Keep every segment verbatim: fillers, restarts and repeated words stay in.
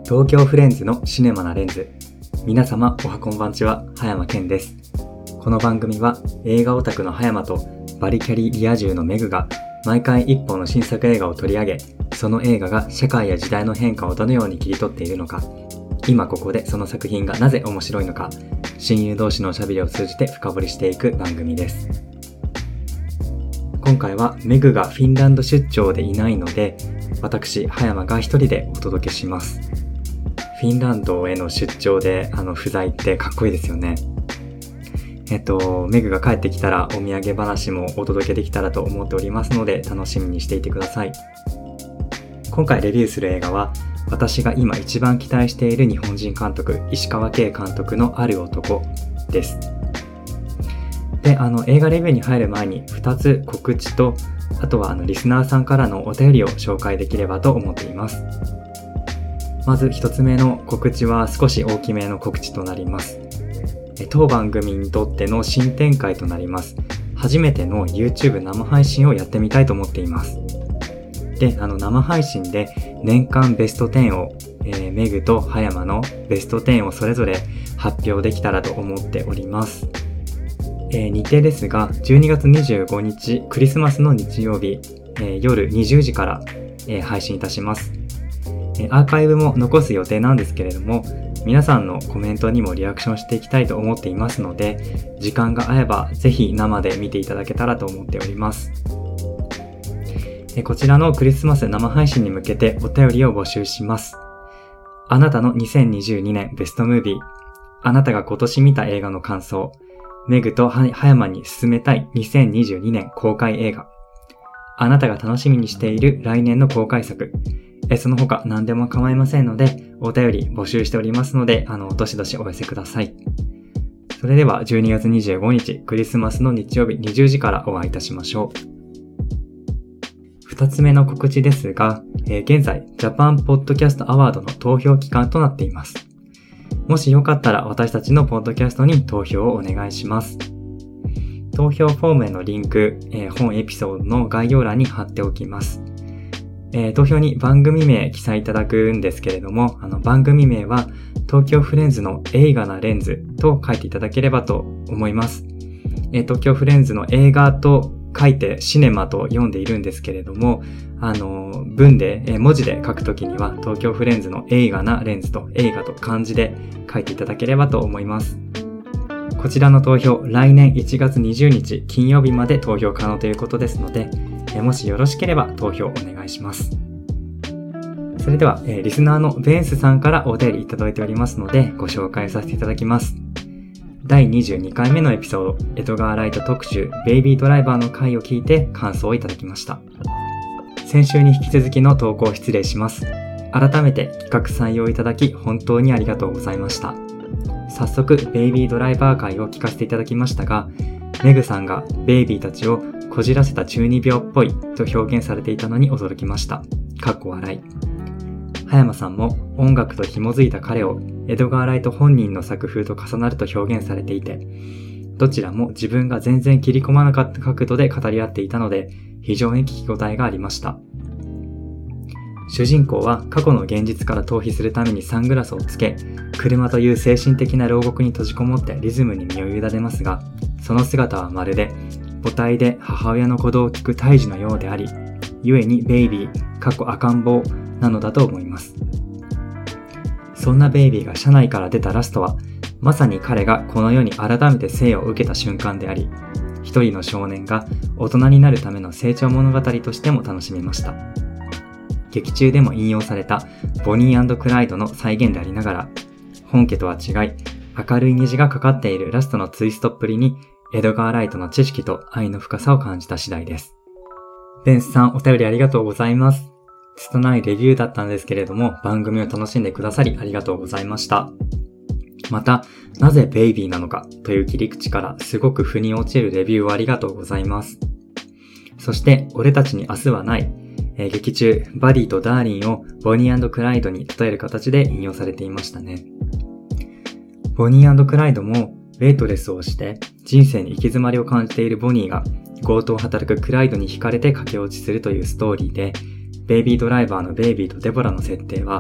東京フレンズのシネマなレンズ。皆様おはこんばんちは、葉山健です。この番組は映画オタクの葉山とバリキャリリア充のメグが毎回一本の新作映画を取り上げ、その映画が社会や時代の変化をどのように切り取っているのか、今ここでその作品がなぜ面白いのか、親友同士のおしゃべりを通じて深掘りしていく番組です。今回はメグがフィンランド出張でいないので、私葉山が一人でお届けします。フィンランドへの出張であの不在ってかっこいいですよね。えっとメグが帰ってきたらお土産話もお届けできたらと思っておりますので、楽しみにしていてください。今回レビューする映画は、私が今一番期待している日本人監督、石川慶監督のある男です。で、あの映画レビューに入る前にふたつ告知と、あとはあのリスナーさんからのお便りを紹介できればと思っています。まずひとつめの告知は少し大きめの告知となります。当番組にとっての新展開となります。初めての YouTube 生配信をやってみたいと思っています。で、あの生配信で年間ベストじゅうを、えー、メグと葉山のベストじゅうをそれぞれ発表できたらと思っております。えー、日程ですが、じゅうにがつにじゅうごにちクリスマスの日曜日、えー、夜にじゅうじから、えー、配信いたします。えー、アーカイブも残す予定なんですけれども、皆さんのコメントにもリアクションしていきたいと思っていますので、時間が合えばぜひ生で見ていただけたらと思っております。えー、こちらのクリスマス生配信に向けてお便りを募集します。あなたのにせんにじゅうにねんベストムービー、あなたが今年見た映画の感想、メグと葉山に勧めたいにせんにじゅうにねん公開映画、あなたが楽しみにしている来年の公開作、えその他何でも構いませんので、お便り募集しておりますので、あのどしどしお寄せください。それではじゅうにがつにじゅうごにちクリスマスの日曜日にじゅうじからお会いいたしましょう。二つ目の告知ですが、えー、現在ジャパンポッドキャストアワードの投票期間となっています。もしよかったら私たちのポッドキャストに投票をお願いします。投票フォームへのリンク、えー、本エピソードの概要欄に貼っておきます。えー、投票に番組名記載いただくんですけれども、あの番組名は東京フレンズの映画なレンズと書いていただければと思います。えー、東京フレンズの映画と書いてシネマと読んでいるんですけれども、あの文で、えー、文字で書くときには東京フレンズの映画なレンズと映画と漢字で書いていただければと思います。こちらの投票、来年いちがつにじゅうにち金曜日まで投票可能ということですので、えー、もしよろしければ投票お願いします。それでは、えー、リスナーのベンスさんからお便りいただいておりますので、ご紹介させていただきます。だいにじゅうにかいめのエピソード、エドガー・ライト特集ベイビードライバーの回を聞いて感想をいただきました。先週に引き続きの投稿失礼します。改めて企画採用いただき本当にありがとうございました。早速ベイビードライバー回を聞かせていただきましたが、メグさんがベイビーたちをこじらせた中二病っぽいと表現されていたのに驚きました。かっこ笑い。葉山さんも音楽と紐づいた彼をエドガー・ライト本人の作風と重なると表現されていて、どちらも自分が全然切り込まなかった角度で語り合っていたので、非常に聞き応えがありました。主人公は過去の現実から逃避するためにサングラスをつけ、車という精神的な牢獄に閉じこもってリズムに身を委ねますが、その姿はまるで母体で母親の鼓動を聞く胎児のようであり、故にベイビー、過去赤ん坊なのだと思います。そんなベイビーが車内から出たラストは、まさに彼がこの世に改めて生を受けた瞬間であり、一人の少年が大人になるための成長物語としても楽しめました。劇中でも引用されたボニー&クライドの再現でありながら、本家とは違い、明るい虹がかかっているラストのツイストっぷりに、エドガー・ライトの知識と愛の深さを感じた次第です。ベンスさん、お便りありがとうございます。拙いレビューだったんですけれども、番組を楽しんでくださりありがとうございました。また、なぜベイビーなのかという切り口からすごく腑に落ちるレビューをありがとうございます。そして、俺たちに明日はない、えー、劇中、バディとダーリンをボニー&クライドに例える形で引用されていましたね。ボニー&クライドもウェイトレスをして人生に行き詰まりを感じているボニーが強盗を働くクライドに惹かれて駆け落ちするというストーリーで、ベイビードライバーのベイビーとデボラの設定は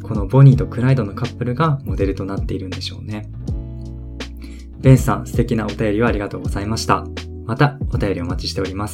このボニーとクライドのカップルがモデルとなっているんでしょうね。ベンさん、素敵なお便りをありがとうございました。またお便りお待ちしております。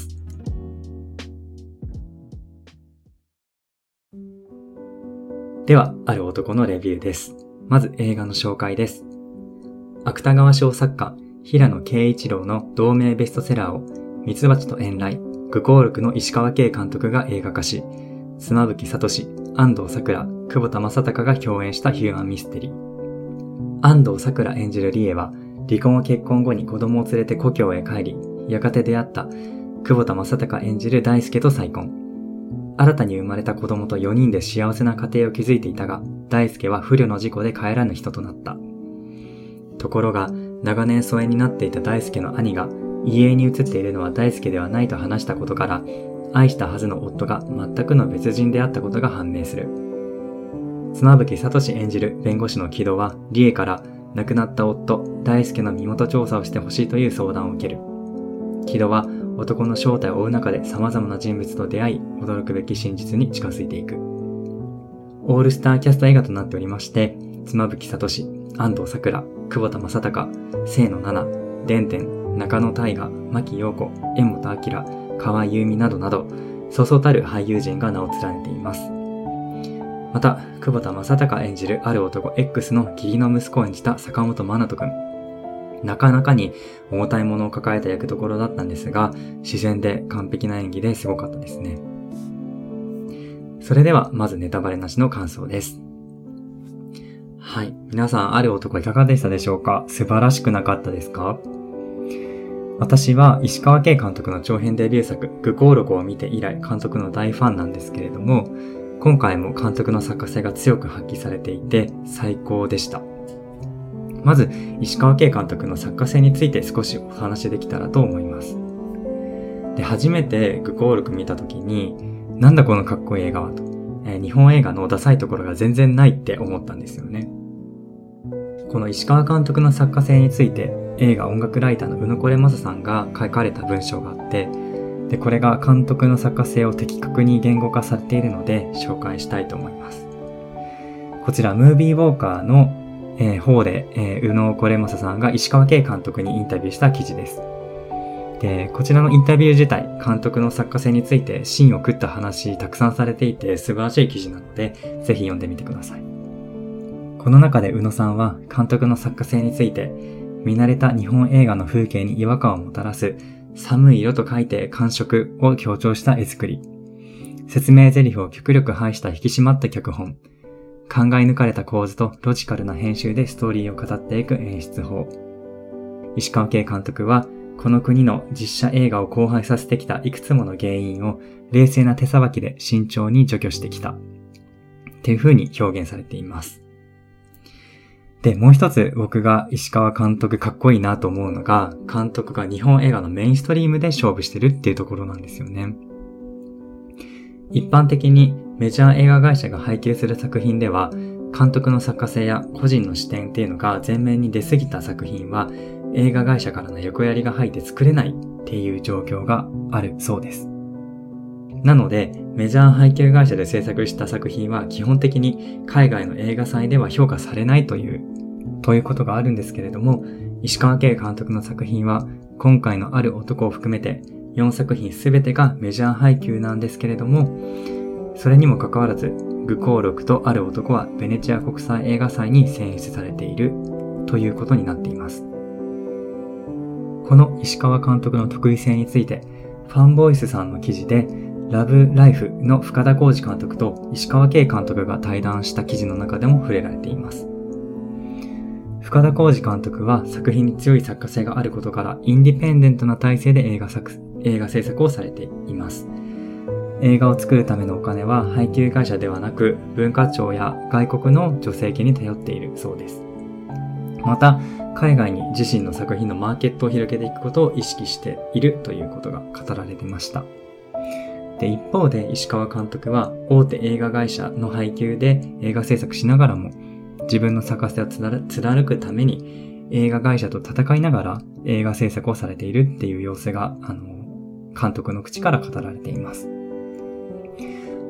では、ある男のレビューです。まず映画の紹介です。芥川賞作家、平野啓一郎の同名ベストセラーを、ミツバチと遠雷、愚行録の石川慶監督が映画化し、妻夫木聡、安藤サクラ、久保田正孝が共演したヒューマンミステリー。安藤サクラ演じる理恵は、離婚を結婚後に子供を連れて故郷へ帰り、やがて出会った久保田正孝演じる大輔と再婚。新たに生まれた子供とよにんで幸せな家庭を築いていたが、大輔は不慮の事故で帰らぬ人となった。ところが、長年疎遠になっていた大輔の兄が、遺影に映っているのは大輔ではないと話したことから、愛したはずの夫が全くの別人であったことが判明する。妻夫木聡演じる弁護士の木戸は、理恵から亡くなった夫、大輔の身元調査をしてほしいという相談を受ける。木戸は男の正体を追う中で様々な人物と出会い、驚くべき真実に近づいていく。オールスターキャスト映画となっておりまして、妻夫木聡、安藤サクラ、久保田正孝、清野菜名、伝天、中野大河、牧陽子、柄本明、河合優美などなど、そうそうたる俳優陣が名を連ねています。また、久保田正孝演じるある男 X の義理の息子を演じた坂本真人くん。なかなかに重たいものを抱えた役どころだったんですが、自然で完璧な演技ですごかったですね。それでは、まずネタバレなしの感想です。はい。皆さん、ある男いかがでしたでしょうか？素晴らしくなかったですか？私は石川慶監督の長編デビュー作、愚行録を見て以来監督の大ファンなんですけれども、今回も監督の作家性が強く発揮されていて最高でした。まず、石川慶監督の作家性について少しお話できたらと思います。で、初めて愚行録見たときに、なんだこのかっこいい映画はと、えー、日本映画のダサいところが全然ないって思ったんですよね。この石川監督の作家性について、映画音楽ライターの宇野これまささんが書かれた文章があって、で、これが監督の作家性を的確に言語化されているので紹介したいと思います。こちら、ムービーウォーカーの、えー、方で、えー、宇野これまささんが石川慶監督にインタビューした記事です。で、こちらのインタビュー自体、監督の作家性について芯を食った話たくさんされていて素晴らしい記事なので、ぜひ読んでみてください。この中で宇野さんは監督の作家性について、見慣れた日本映画の風景に違和感をもたらす寒い色と書いて寒色を強調した絵作り、説明台詞を極力排した引き締まった脚本、考え抜かれた構図とロジカルな編集でストーリーを語っていく演出法。石川慶監督はこの国の実写映画を荒廃させてきたいくつもの原因を冷静な手さばきで慎重に除去してきたっていう風に表現されています。で、もう一つ僕が石川監督かっこいいなと思うのが、監督が日本映画のメインストリームで勝負してるっていうところなんですよね。一般的にメジャー映画会社が配給する作品では、監督の作家性や個人の視点っていうのが前面に出過ぎた作品は、映画会社からの横やりが入って作れないっていう状況があるそうです。なので、メジャー配給会社で制作した作品は基本的に海外の映画祭では評価されないという、ということがあるんですけれども、石川慶監督の作品は今回のある男を含めてよんさく品すべてがメジャー配給なんですけれども、それにもかかわらず、愚行録とある男はベネチア国際映画祭に選出されているということになっています。この石川監督の得意性について、ファンボイスさんの記事で、ラブライフの深田浩二監督と石川慶監督が対談した記事の中でも触れられています。深田浩二監督は作品に強い作家性があることからインディペンデントな体制で映画作、映画制作をされています。映画を作るためのお金は配給会社ではなく文化庁や外国の助成金に頼っているそうです。また、海外に自身の作品のマーケットを広げていくことを意識しているということが語られていました。で、一方で石川監督は大手映画会社の配給で映画制作しながらも自分の作家性を貫くために映画会社と戦いながら映画制作をされているっていう様子があの監督の口から語られています。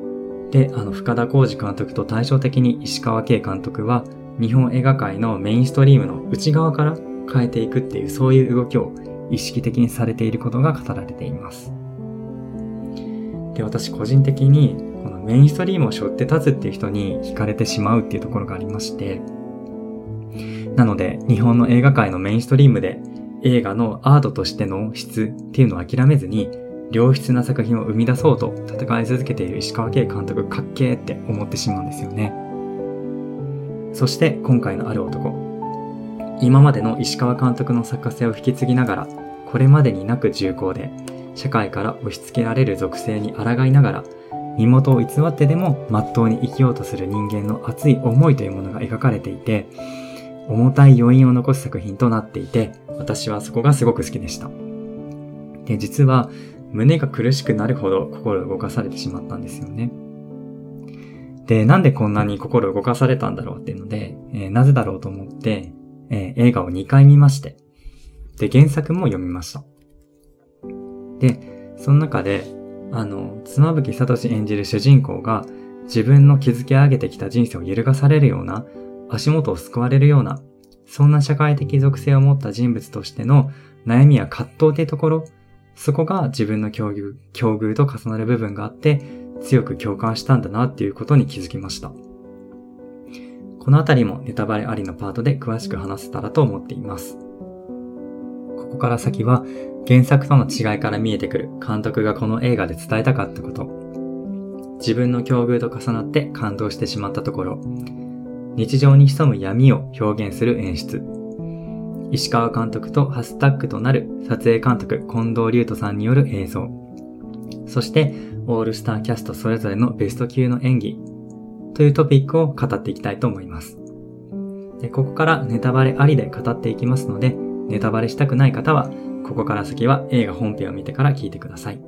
で、あの、深田浩二監督と対照的に石川慶監督は、日本映画界のメインストリームの内側から変えていくっていう、そういう動きを意識的にされていることが語られています。で、私個人的に、このメインストリームを背負って立つっていう人に惹かれてしまうっていうところがありまして、なので、日本の映画界のメインストリームで、映画のアートとしての質っていうのを諦めずに、良質な作品を生み出そうと戦い続けている石川慶監督かっけーって思ってしまうんですよね。そして今回のある男。今までの石川監督の作家性を引き継ぎながら、これまでになく重厚で、社会から押し付けられる属性に抗いながら、身元を偽ってでも真っ当に生きようとする人間の熱い思いというものが描かれていて、重たい余韻を残す作品となっていて、私はそこがすごく好きでした。で、実は胸が苦しくなるほど心動かされてしまったんですよね。で、なんでこんなに心動かされたんだろうっていうので、えー、なぜだろうと思って、えー、映画をにかい見まして、で、原作も読みました。で、その中で、あの、妻夫木聡演じる主人公が自分の築き上げてきた人生を揺るがされるような、足元を救われるような、そんな社会的属性を持った人物としての悩みや葛藤っていうところ、そこが自分の境遇、境遇と重なる部分があって、強く共感したんだなっていうことに気づきました。このあたりもネタバレありのパートで詳しく話せたらと思っています。ここから先は原作との違いから見えてくる監督がこの映画で伝えたかったこと、自分の境遇と重なって感動してしまったところ、日常に潜む闇を表現する演出、石川監督と初タッグとなる撮影監督近藤龍斗さんによる映像、そしてオールスターキャストそれぞれのベスト級の演技というトピックを語っていきたいと思います。で、ここからネタバレありで語っていきますので、ネタバレしたくない方はここから先は映画本編を見てから聞いてください。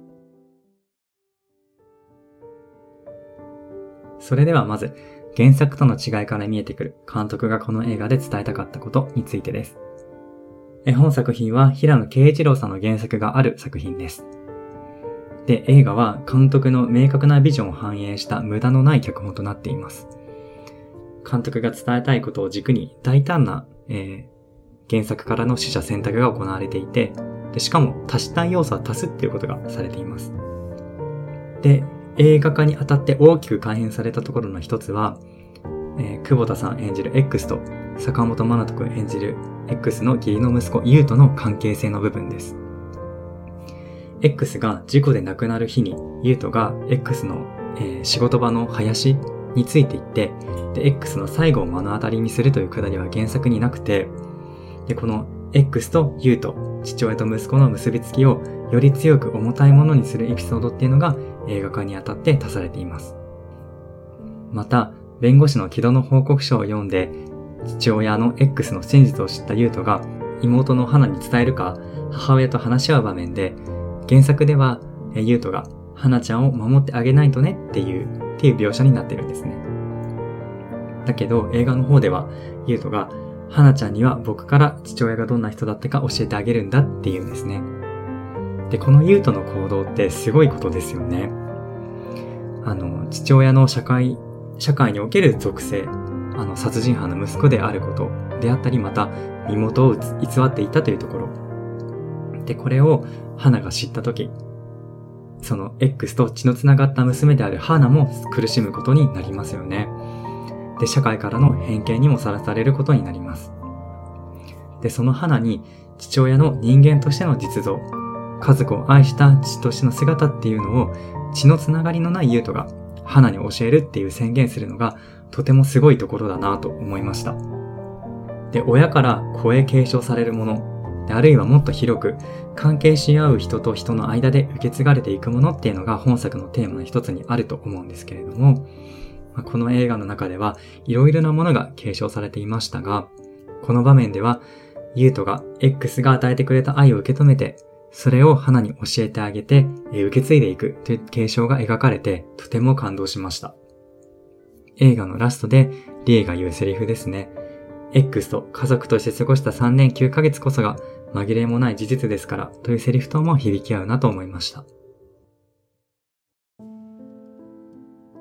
それではまず原作との違いから見えてくる監督がこの映画で伝えたかったことについてです。本作品は平野啓一郎さんの原作がある作品です。で、映画は監督の明確なビジョンを反映した無駄のない脚本となっています。監督が伝えたいことを軸に大胆な、えー、原作からの取捨選択が行われていて、でしかも足したい要素は足すっていうことがされています。で、映画化にあたって大きく改変されたところの一つは、えー、久保田さん演じる X と坂本真人くん演じる X の義理の息子優斗の関係性の部分です。X が事故で亡くなる日に優斗が X の、えー、仕事場の林についていって、で X の最後を目の当たりにするというくだりは原作になくて、でこの X と優斗、父親と息子の結びつきをより強く重たいものにするエピソードっていうのが映画化にあたって足されています。また、弁護士の木戸の報告書を読んで、父親の X の真実を知った優斗が妹の花に伝えるか母親と話し合う場面で、原作では優斗が花ちゃんを守ってあげないとねっていう、っていう描写になってるんですね。だけど映画の方では優斗が花ちゃんには僕から父親がどんな人だったか教えてあげるんだっていうんですね。で、この優斗の行動ってすごいことですよね。あの、父親の社会、社会における属性、あの、殺人犯の息子であることであったり、また、身元を偽っていたというところ。で、これを花が知ったとき、その X と血のつながった娘である花も苦しむことになりますよね。で、社会からの偏見にもさらされることになります。で、その花に父親の人間としての実像、家族を愛した父としての姿っていうのを血のつながりのない優斗が花に教えるっていう宣言するのがとてもすごいところだなと思いました。で、親から子へ継承されるもの、あるいはもっと広く関係し合う人と人の間で受け継がれていくものっていうのが本作のテーマの一つにあると思うんですけれども、この映画の中ではいろいろなものが継承されていましたが、この場面では優斗が X が与えてくれた愛を受け止めて、それを花に教えてあげて受け継いでいくという継承が描かれてとても感動しました。映画のラストでリエが言うセリフですね。X と家族として過ごしたさんねんきゅうかげつこそが紛れもない事実ですからというセリフとも響き合うなと思いました。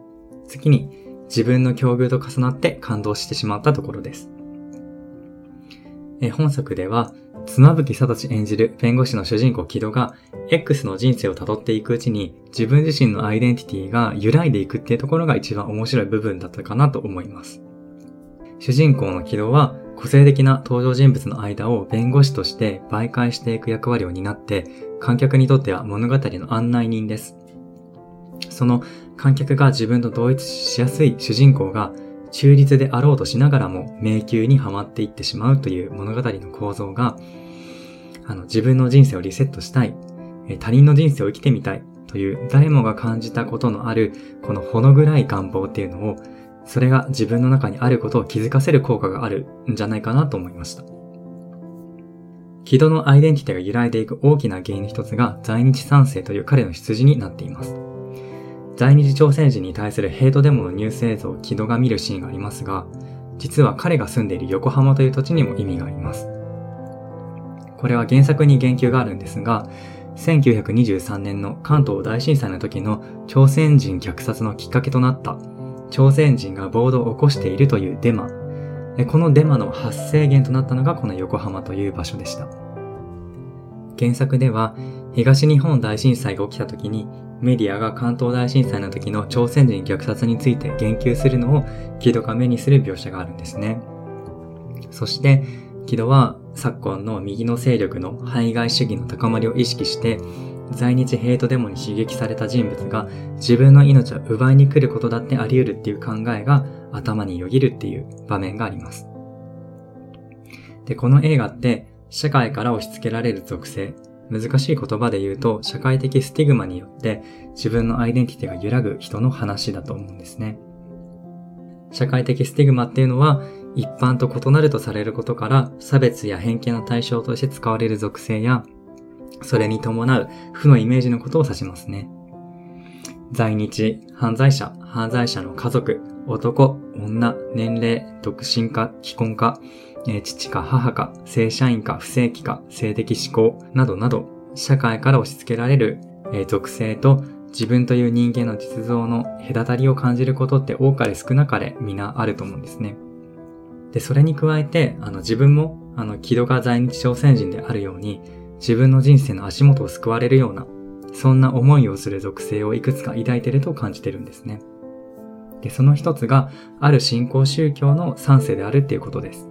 次に自分の境遇と重なって感動してしまったところです。え本作では妻夫木聡演じる弁護士の主人公木戸が X の人生を辿っていくうちに自分自身のアイデンティティが揺らいでいくっていうところが一番面白い部分だったかなと思います。主人公の木戸は個性的な登場人物の間を弁護士として媒介していく役割を担って観客にとっては物語の案内人です。その観客が自分と同一しやすい主人公が中立であろうとしながらも迷宮にはまっていってしまうという物語の構造があの自分の人生をリセットしたい、他人の人生を生きてみたいという誰もが感じたことのあるこのほの暗い願望っていうのをそれが自分の中にあることを気づかせる効果があるんじゃないかなと思いました。木戸のアイデンティティが揺らいでいく大きな原因の一つが在日三世という彼の出自になっています。在日朝鮮人に対するヘイトデモのニュース映像を木戸が見るシーンがありますが、実は彼が住んでいる横浜という土地にも意味があります。これは原作に言及があるんですが、せんきゅうひゃくにじゅうさんねんの関東大震災の時の朝鮮人虐殺のきっかけとなった朝鮮人が暴動を起こしているというデマ、このデマの発生源となったのがこの横浜という場所でした。原作では東日本大震災が起きた時にメディアが関東大震災の時の朝鮮人虐殺について言及するのを木戸が目にする描写があるんですね。そして木戸は昨今の右の勢力の排外主義の高まりを意識して在日ヘイトデモに刺激された人物が自分の命を奪いに来ることだってあり得るっていう考えが頭によぎるっていう場面があります。で、この映画って社会から押し付けられる属性、難しい言葉で言うと社会的スティグマによって自分のアイデンティティが揺らぐ人の話だと思うんですね。社会的スティグマっていうのは一般と異なるとされることから差別や偏見の対象として使われる属性やそれに伴う負のイメージのことを指しますね。在日、犯罪者、犯罪者の家族、男、女、年齢、独身か、既婚か、父か母か、正社員か、不正規か、性的指向などなど、社会から押し付けられる属性と自分という人間の実像の隔たりを感じることって多かれ少なかれ皆あると思うんですね。で、それに加えて、あの自分もあの木戸が在日朝鮮人であるように、自分の人生の足元を救われるような、そんな思いをする属性をいくつか抱いていると感じてるんですね。で、その一つが、ある新興宗教の三世であるっていうことです。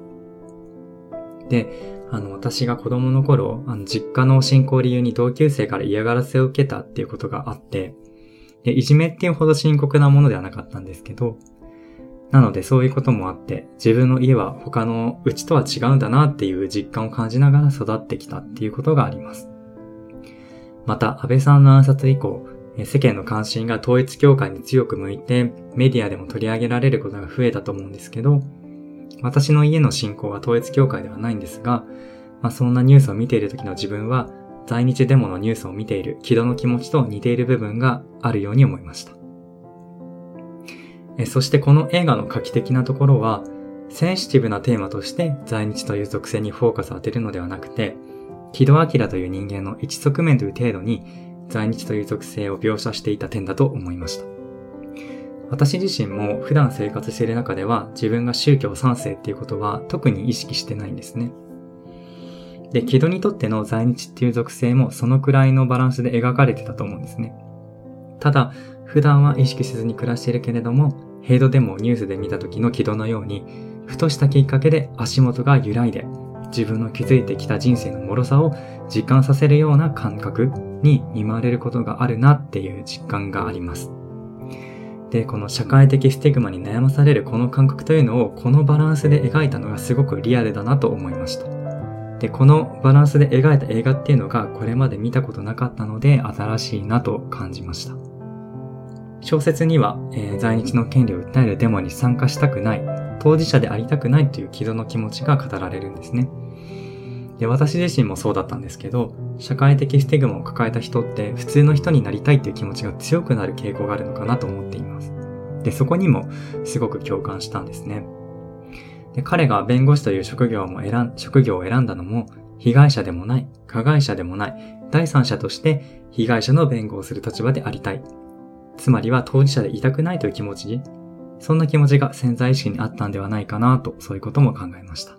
で、あの、私が子供の頃、あの、実家の信仰を理由に同級生から嫌がらせを受けたっていうことがあって、で、いじめっていうほど深刻なものではなかったんですけど、なのでそういうこともあって、自分の家は他のうちとは違うんだなっていう実感を感じながら育ってきたっていうことがあります。また、安倍さんの暗殺以降、世間の関心が統一教会に強く向いて、メディアでも取り上げられることが増えたと思うんですけど、私の家の信仰は統一教会ではないんですが、まあ、そんなニュースを見ている時の自分は、在日デモのニュースを見ている木戸の気持ちと似ている部分があるように思いました。えそしてこの映画の画期的なところは、センシティブなテーマとして在日という属性にフォーカスを当てるのではなくて、木戸明という人間の一側面という程度に在日という属性を描写していた点だと思いました。私自身も普段生活している中では自分が宗教三世っていうことは特に意識してないんですね。で、木戸にとっての在日っていう属性もそのくらいのバランスで描かれてたと思うんですね。ただ、普段は意識せずに暮らしているけれども、ヘイトデモをニュースで見た時の木戸のように、ふとしたきっかけで足元が揺らいで、自分の築いてきた人生の脆さを実感させるような感覚に見舞われることがあるなっていう実感があります。で、この社会的スティグマに悩まされるこの感覚というのをこのバランスで描いたのがすごくリアルだなと思いました。で、このバランスで描いた映画っていうのがこれまで見たことなかったので新しいなと感じました。小説には、えー、在日の権利を訴えるデモに参加したくない、当事者でありたくないという木戸の気持ちが語られるんですね。で、私自身もそうだったんですけど、社会的スティグマを抱えた人って普通の人になりたいという気持ちが強くなる傾向があるのかなと思っています。で、そこにもすごく共感したんですね。で、彼が弁護士という職業も選ん、職業を選んだのも、被害者でもない、加害者でもない、第三者として被害者の弁護をする立場でありたい。つまりは当事者でいたくないという気持ちそんな気持ちが潜在意識にあったんではないかなと、そういうことも考えました。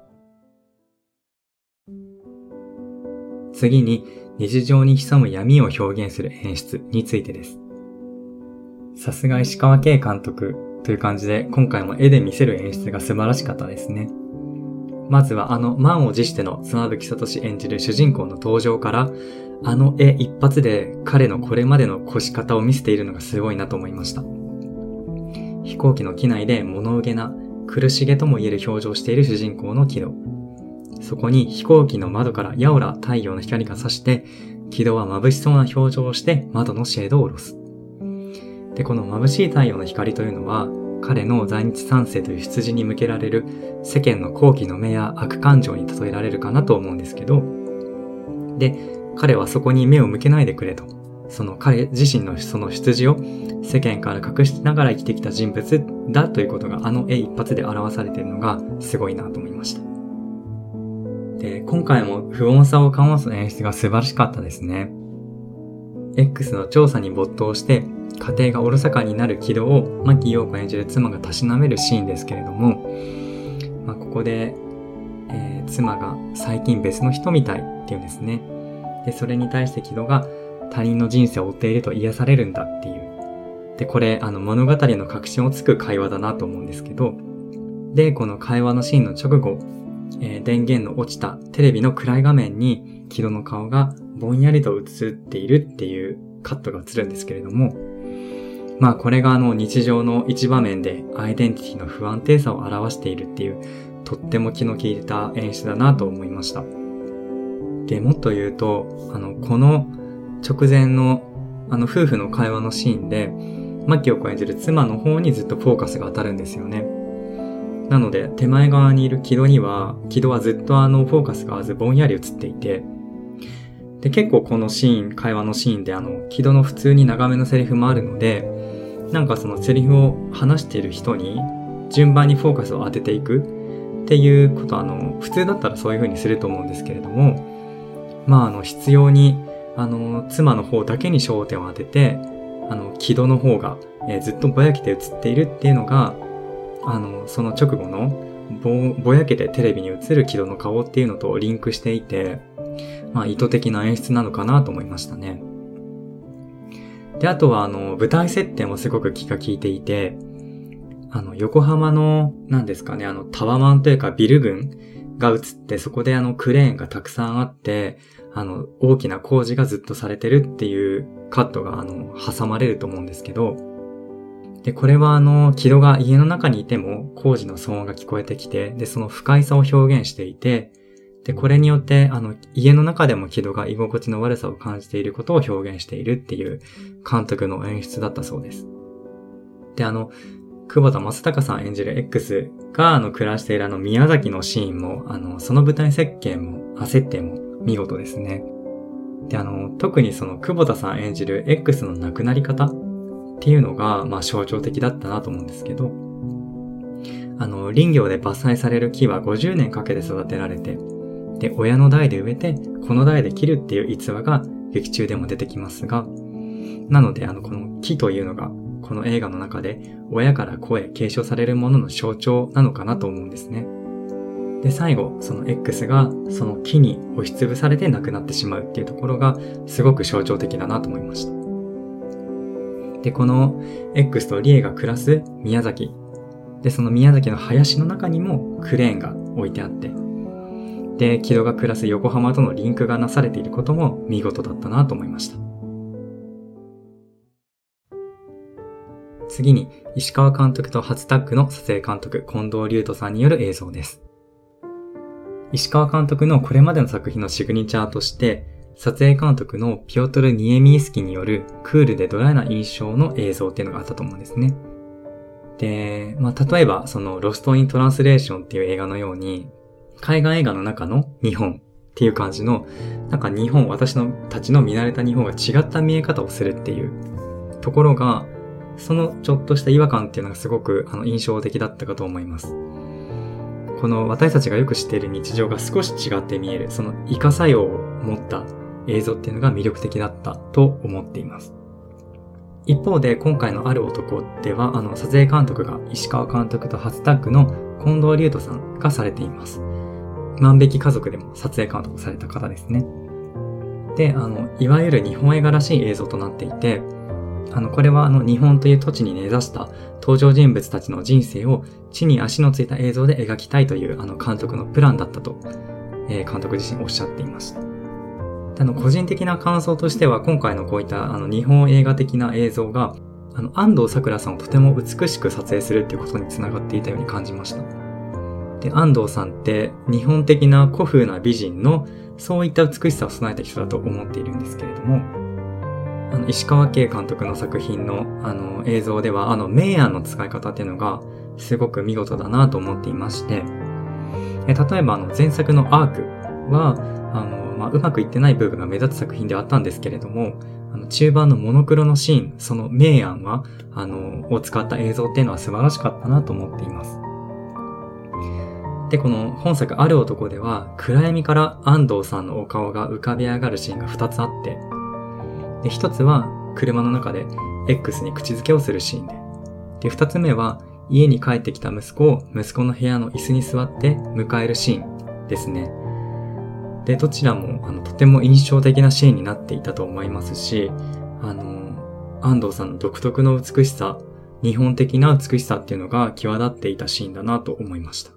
次に、日常に潜む闇を表現する演出についてです。さすが石川慶監督という感じで、今回も絵で見せる演出が素晴らしかったですね。まずはあの満を持しての妻夫木聡演じる主人公の登場から、あの絵一発で彼のこれまでの越し方を見せているのがすごいなと思いました。飛行機の機内で物憂げな、苦しげとも言える表情をしている主人公の木戸。そこに飛行機の窓からやおら太陽の光が差して、木戸は眩しそうな表情をして窓のシェードを下ろす。で、この眩しい太陽の光というのは、彼の在日三世という出自に向けられる世間の好奇の目や悪感情に例えられるかなと思うんですけど、で、彼はそこに目を向けないでくれと、その彼自身のその出自を世間から隠しながら生きてきた人物だということがあの絵一発で表されているのがすごいなと思いました。で、今回も不穏さを醸す演出が素晴らしかったですね。X の調査に没頭して家庭がおろそかになる木戸を牧陽子演じる妻がたしなめるシーンですけれども、まあ、ここで、えー、妻が最近別の人みたいっていうんですね。で、それに対して木戸が他人の人生を追っていると癒されるんだっていう。で、これあの物語の核心をつく会話だなと思うんですけど、で、この会話のシーンの直後、えー、電源の落ちたテレビの暗い画面に木戸の顔がぼんやりと映っているっていうカットが映るんですけれども、まあこれがあの日常の一場面でアイデンティティの不安定さを表しているっていう、とっても気の利いた演出だなと思いました。で、もっと言うと、あのこの直前のあの夫婦の会話のシーンで牧陽子演じる妻の方にずっとフォーカスが当たるんですよね。なので手前側にいる木戸には木戸はずっとあのフォーカスが合わずぼんやり映っていて、で結構このシーン会話のシーンであの木戸の普通に長めのセリフもあるので、なんかそのセリフを話している人に順番にフォーカスを当てていくっていうことはあの普通だったらそういう風にすると思うんですけれども、まああの必要にあの妻の方だけに焦点を当てて、あの木戸の方が、えー、ずっとぼやけて映っているっていうのが、あのその直後の ぼ, ぼやけてテレビに映る木戸の顔っていうのとリンクしていて、まあ意図的な演出なのかなと思いましたね。で、あとはあの舞台設定もすごく気が利いていて、あの横浜の何ですかね、あのタワマンというかビル群が映って、そこであのクレーンがたくさんあって、あの大きな工事がずっとされてるっていうカットがあの挟まれると思うんですけど、でこれはあの木戸が家の中にいても工事の騒音が聞こえてきて、でその不快さを表現していて、でこれによってあの家の中でも木戸が居心地の悪さを感じていることを表現しているっていう監督の演出だったそうです。であの久保田正孝さん演じる X があの暮らしているあの宮崎のシーンも、あのその舞台設計もあ設定も見事ですね。であの特にその久保田さん演じる X の亡くなり方っていうのがまあ象徴的だったなと思うんですけど、あの林業で伐採される木はごじゅうねんかけて育てられて、で親の代で植えてこの代で切るっていう逸話が劇中でも出てきますが、なのであのこの木というのがこの映画の中で親から子へ継承されるものの象徴なのかなと思うんですね。で最後その X がその木に押しつぶされて亡くなってしまうっていうところがすごく象徴的だなと思いました。でこの X とリエが暮らす宮崎で、その宮崎の林の中にもクレーンが置いてあって、で木戸が暮らす横浜とのリンクがなされていることも見事だったなと思いました。次に石川監督と初タッグの撮影監督近藤隆人さんによる映像です。石川監督のこれまでの作品のシグニチャーとして、撮影監督のピョートル・ニエミースキによるクールでドライな印象の映像っていうのがあったと思うんですね。で、まあ、例えばそのロスト・イン・トランスレーションっていう映画のように、海外映画の中の日本っていう感じの、なんか日本、私のたちの見慣れた日本が違った見え方をするっていうところが、そのちょっとした違和感っていうのがすごくあの印象的だったかと思います。この私たちがよく知っている日常が少し違って見える、その異化作用を持った映像っていうのが魅力的だったと思っています。 一方で今回のある男では、あの、撮影監督が石川監督と初タッグの近藤龍斗さんがされています。万引き家族でも撮影監督された方ですね。で、あの、いわゆる日本映画らしい映像となっていて、あの、これはあの、日本という土地に根ざした登場人物たちの人生を地に足のついた映像で描きたいというあの、監督のプランだったと、えー、監督自身おっしゃっていました。あの、個人的な感想としては、今回のこういったあの、日本映画的な映像が、あの、安藤サクラさんをとても美しく撮影するっていうことにつながっていたように感じました。で、安藤さんって日本的な古風な美人のそういった美しさを備えた人だと思っているんですけれども、あの石川慶監督の作品のあの映像ではあの明暗の使い方っていうのがすごく見事だなと思っていまして、え例えばあの前作のアークはあの、まあ、うまくいってない部分が目立つ作品ではあったんですけれども、あの中盤のモノクロのシーン、その明暗はあのを使った映像っていうのは素晴らしかったなと思っています。で、この本作ある男では暗闇から安藤さんのお顔が浮かび上がるシーンがふたつあって、で、一つは車の中で X に口づけをするシーンで、で、二つ目は家に帰ってきた息子を息子の部屋の椅子に座って迎えるシーンですね。で、どちらもあのとても印象的なシーンになっていたと思いますし、あの、安藤さんの独特の美しさ、日本的な美しさっていうのが際立っていたシーンだなと思いました。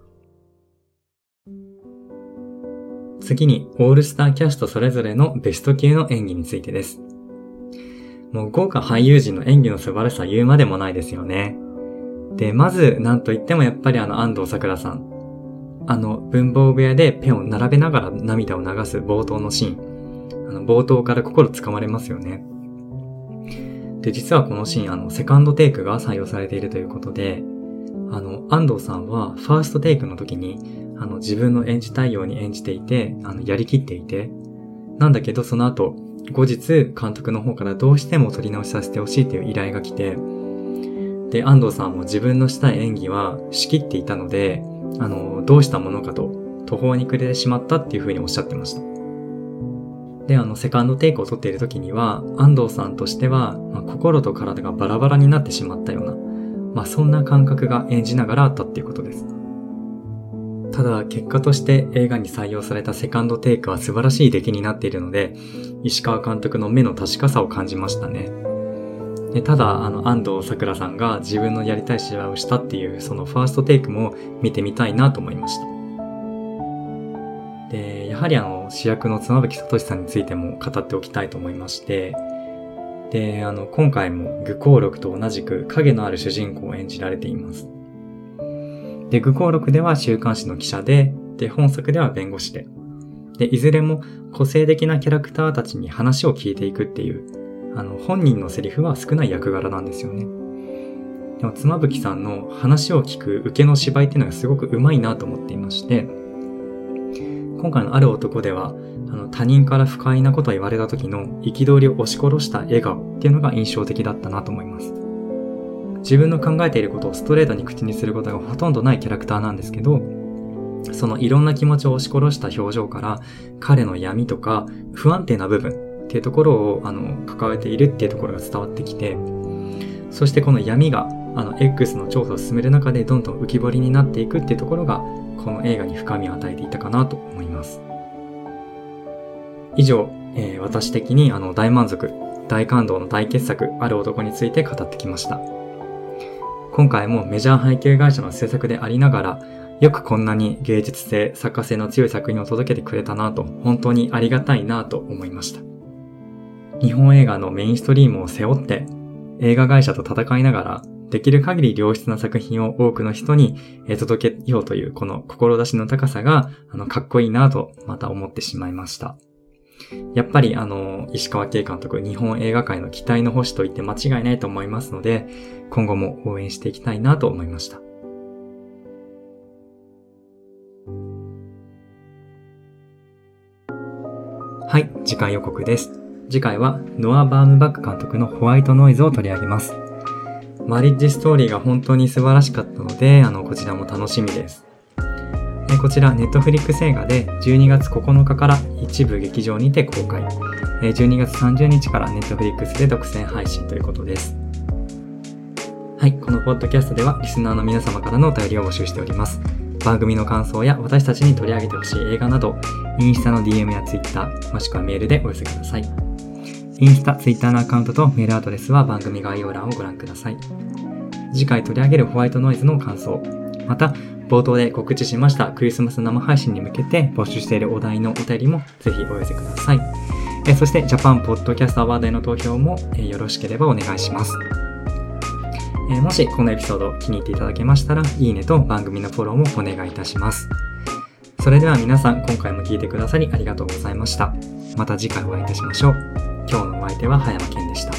次に、オールスターキャストそれぞれのベスト級の演技についてです。もう豪華俳優陣の演技の素晴らしさは言うまでもないですよね。で、まず、なんといってもやっぱりあの安藤サクラさん。あの、文房具屋でペンを並べながら涙を流す冒頭のシーン。あの、冒頭から心つかまれますよね。で、実はこのシーン、あの、セカンドテイクが採用されているということで、あの、安藤さんはファーストテイクの時に、あの、自分の演じたいように演じていて、あの、やりきっていて、なんだけどその後、後日監督の方からどうしても撮り直しさせてほしいという依頼が来て、で、安藤さんも自分のしたい演技は仕切っていたので、あの、どうしたものかと途方に暮れてしまったっていう風におっしゃってました。で、あの、セカンドテイクを撮っている時には、安藤さんとしては、まあ、心と体がバラバラになってしまったような、まあ、そんな感覚が演じながらあったっていうことです。ただ、結果として映画に採用されたセカンドテイクは素晴らしい出来になっているので、石川監督の目の確かさを感じましたね。でただ、あの、安藤サクラさんが自分のやりたい芝居をしたっていう、そのファーストテイクも見てみたいなと思いました。で、やはりあの、主役の妻夫木聡さんについても語っておきたいと思いまして、で、あの、今回も愚行録と同じく影のある主人公を演じられています。で、愚行録では週刊誌の記者で、で、本作では弁護士で、で、いずれも個性的なキャラクターたちに話を聞いていくっていう、あの、本人のセリフは少ない役柄なんですよね。でも、妻夫木さんの話を聞く受けの芝居っていうのがすごく上手いなと思っていまして、今回のある男では、あの、他人から不快なことを言われた時の憤りを押し殺した笑顔っていうのが印象的だったなと思います。自分の考えていることをストレートに口にすることがほとんどないキャラクターなんですけど、そのいろんな気持ちを押し殺した表情から彼の闇とか不安定な部分っていうところをあの抱えているっていうところが伝わってきて、そしてこの闇があの X の調査を進める中でどんどん浮き彫りになっていくっていうところがこの映画に深みを与えていたかなと思います。以上、えー、私的にあの大満足、大感動の大傑作ある男について語ってきました。今回もメジャー配給会社の制作でありながら、よくこんなに芸術性、作家性の強い作品を届けてくれたなと、本当にありがたいなと思いました。日本映画のメインストリームを背負って、映画会社と戦いながら、できる限り良質な作品を多くの人に届けようというこの志の高さが、あの、かっこいいなとまた思ってしまいました。やっぱりあの、石川慶監督、日本映画界の期待の星と言って間違いないと思いますので、今後も応援していきたいなと思いました。はい、次回予告です。次回はノア・バームバック監督のホワイトノイズを取り上げます。マリッジストーリーが本当に素晴らしかったので、あの、こちらも楽しみです。 こちら Netflix 映画でじゅうにがつここのかから一部劇場にて公開、じゅうにがつさんじゅうにちから Netflix で独占配信ということです。はい、このポッドキャストではリスナーの皆様からのお便りを募集しております。番組の感想や私たちに取り上げてほしい映画など、インスタの ディーエム や Twitter、もしくはメールでお寄せください。インスタ、Twitter のアカウントとメールアドレスは番組概要欄をご覧ください。次回取り上げるホワイトノイズの感想、また冒頭で告知しましたクリスマス生配信に向けて募集しているお題のお便りもぜひお寄せください。えそしてジャパンポッドキャストアワードへの投票もえよろしければお願いします。えもしこのエピソード気に入っていただけましたらいいねと番組のフォローもお願いいたします。それでは皆さん、今回も聞いてくださりありがとうございました。また次回お会いいたしましょう。今日のお相手は葉山健でした。